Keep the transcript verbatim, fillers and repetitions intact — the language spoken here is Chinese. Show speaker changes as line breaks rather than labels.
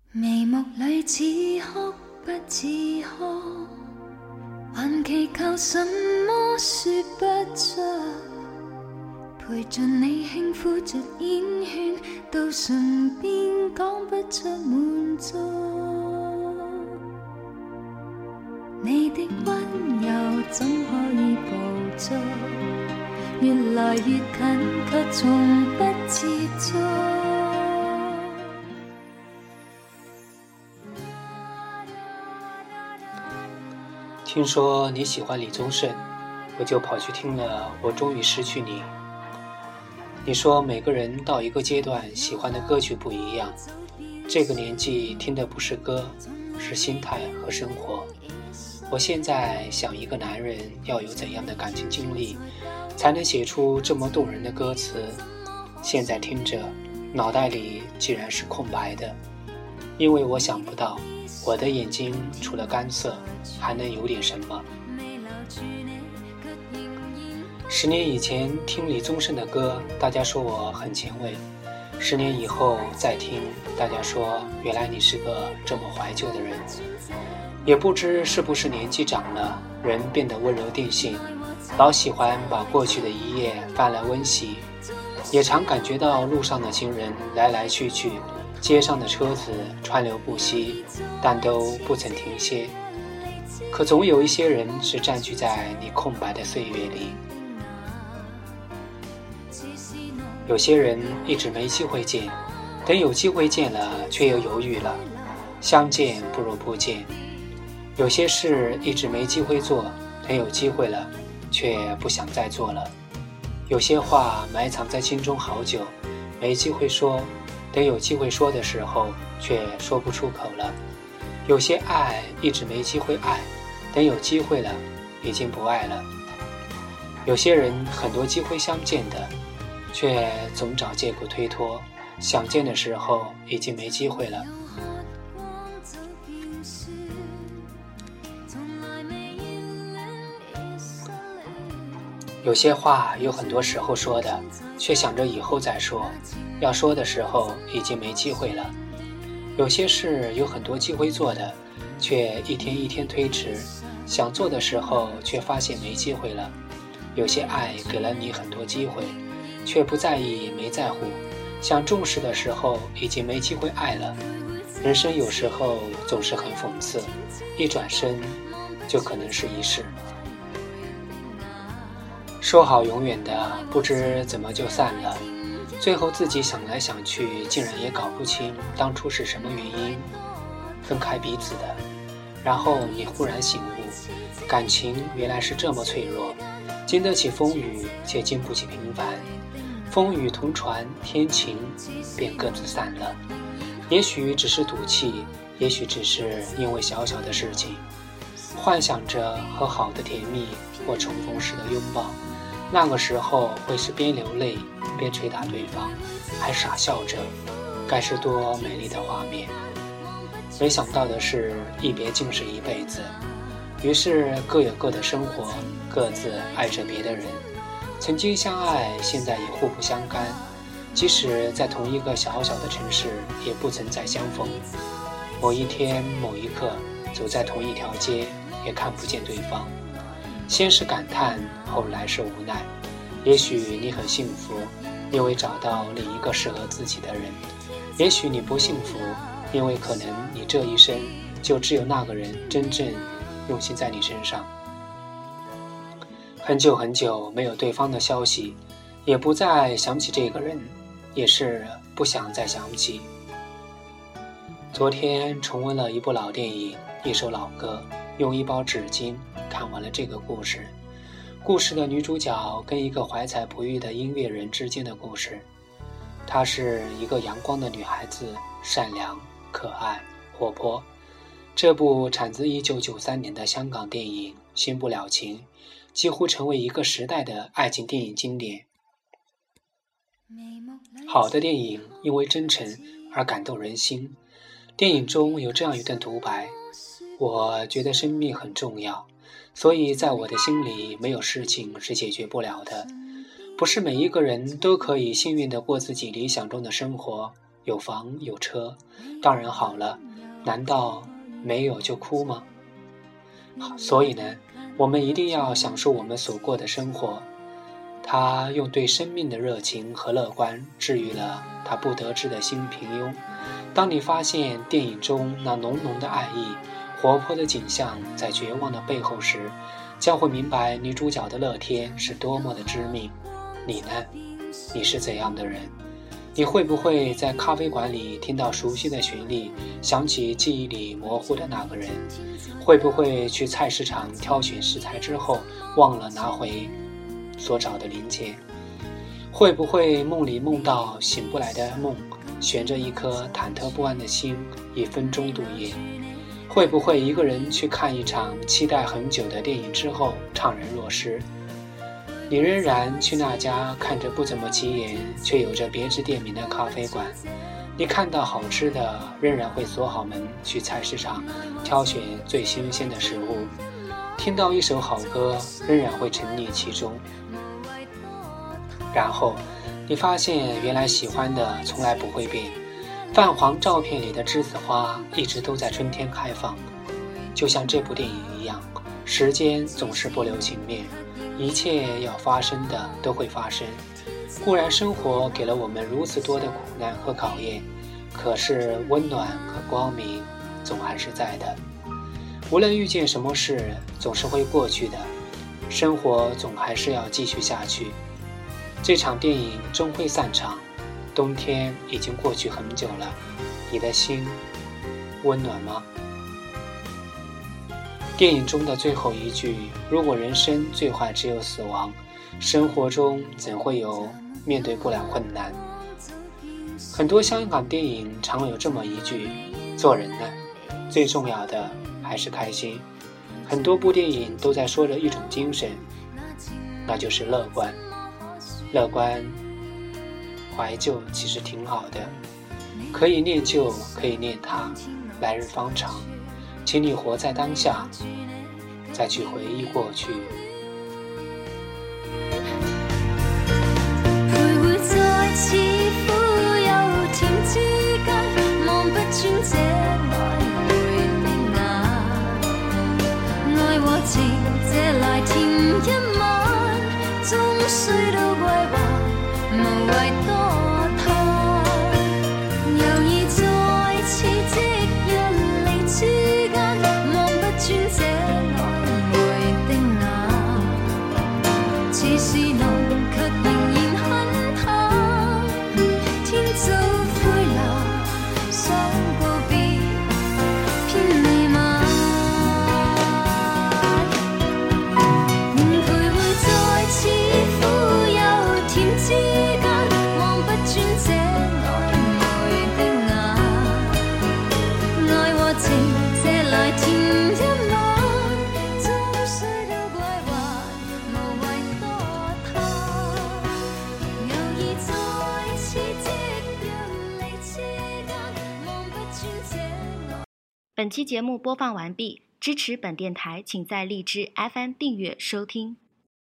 眉目里似哭不似哭，还祈求什么说不出，陪尽你轻呼着烟圈，到唇边讲不出满足。你的温柔怎可以捕捉？越来越近，却从不接触。
听说你喜欢李宗盛，我就跑去听了《我终于失去你》。你说每个人到一个阶段喜欢的歌曲不一样，这个年纪听的不是歌，是心态和生活。我现在想，一个男人要有怎样的感情经历，才能写出这么动人的歌词？现在听着，脑袋里竟然是空白的，因为我想不到，我的眼睛除了干涩，还能有点什么。十年以前听李宗盛的歌，大家说我很前卫；十年以后再听，大家说原来你是个这么怀旧的人。也不知是不是年纪长了，人变得温柔定性，老喜欢把过去的一页翻来温习，也常感觉到路上的行人来来去去，街上的车子川流不息，但都不曾停歇。可总有一些人是占据在你空白的岁月里。有些人一直没机会见，等有机会见了却又犹豫了，相见不如不见。有些事一直没机会做，等有机会了却不想再做了。有些话埋藏在心中好久，没机会说，等有机会说的时候却说不出口了。有些爱一直没机会爱，等有机会了已经不爱了。有些人很多机会相见的，却总找借口推脱，想见的时候已经没机会了。有些话有很多时候说的，却想着以后再说，要说的时候已经没机会了。有些事有很多机会做的，却一天一天推迟，想做的时候却发现没机会了。有些爱给了你很多机会，却不在意没在乎，想重视的时候已经没机会爱了。人生有时候总是很讽刺，一转身就可能是一世。说好永远的，不知怎么就散了，最后自己想来想去，竟然也搞不清当初是什么原因分开彼此的。然后你忽然醒悟，感情原来是这么脆弱，经得起风雨，却经不起平凡。风雨同船，天晴便各自散了。也许只是赌气，也许只是因为小小的事情，幻想着和好的甜蜜或重逢时的拥抱。那个时候会是边流泪边捶打对方，还傻笑着，该是多美丽的画面。没想到的是，一别竟是一辈子。于是各有各的生活，各自爱着别的人。曾经相爱，现在也互不相干，即使在同一个小小的城市，也不曾再相逢。某一天某一刻，走在同一条街，也看不见对方。先是感叹，后来是无奈。也许你很幸福，因为找到另一个适合自己的人。也许你不幸福，因为可能你这一生就只有那个人真正用心在你身上。很久很久没有对方的消息，也不再想起这个人，也是不想再想起。昨天重温了一部老电影，一首老歌，用一包纸巾看完了这个故事。故事的女主角跟一个怀才不遇的音乐人之间的故事。她是一个阳光的女孩子，善良、可爱、活泼。这部产自一九九三年的香港电影《新不了情》，几乎成为一个时代的爱情电影经典。好的电影因为真诚而感动人心。电影中有这样一段独白：我觉得生命很重要，所以在我的心里没有事情是解决不了的。不是每一个人都可以幸运地过自己理想中的生活， 有房有车，当然好了，难道没有就哭吗？所以呢，我们一定要享受我们所过的生活。他用对生命的热情和乐观治愈了他不得志的心平庸。当你发现电影中那浓浓的爱意、活泼的景象在绝望的背后时，将会明白女主角的乐天是多么的致命。你呢？你是怎样的人？你会不会在咖啡馆里听到熟悉的旋律，想起记忆里模糊的那个人？会不会去菜市场挑选食材之后忘了拿回所找的零钱？会不会梦里梦到醒不来的梦，悬着一颗忐忑不安的心，一分钟度夜？会不会一个人去看一场期待很久的电影之后怅然若失？你仍然去那家看着不怎么起眼却有着别致店名的咖啡馆，你看到好吃的仍然会锁好门去菜市场挑选最新鲜的食物，听到一首好歌仍然会沉溺其中。然后你发现原来喜欢的从来不会变，泛黄照片里的栀子花一直都在春天开放。就像这部电影一样，时间总是不留情面，一切要发生的都会发生。固然生活给了我们如此多的苦难和考验，可是温暖和光明总还是在的。无论遇见什么事，总是会过去的，生活总还是要继续下去。这场电影终会散场，冬天已经过去很久了，你的心温暖吗？电影中的最后一句，如果人生最坏只有死亡，生活中怎会有面对不了困难？很多香港电影常有这么一句，做人呢，最重要的还是开心。很多部电影都在说着一种精神，那就是乐观。乐观怀旧其实挺好的，可以念旧，可以念他，来日方长，请你活在当下，再去回忆过去。
徘徊在似苦又甜之間，望不穿這曖昧的眼，愛和情這來甜一晚，終須都歸還，無謂多貪，猶豫在似夕陽離之間，望不穿這曖昧的眼，似是濃卻仍然很淡，天早灰藍，想告別偏未晚，徘徊在似苦又甜之間，望不穿這曖昧的眼，愛和情這來甜一晚，終須都歸還，無謂多貪，猶豫在似夕陽離之間，望不穿這愛。
本期节目播放完毕，支持本电台，请在荔枝 F M 订阅收听。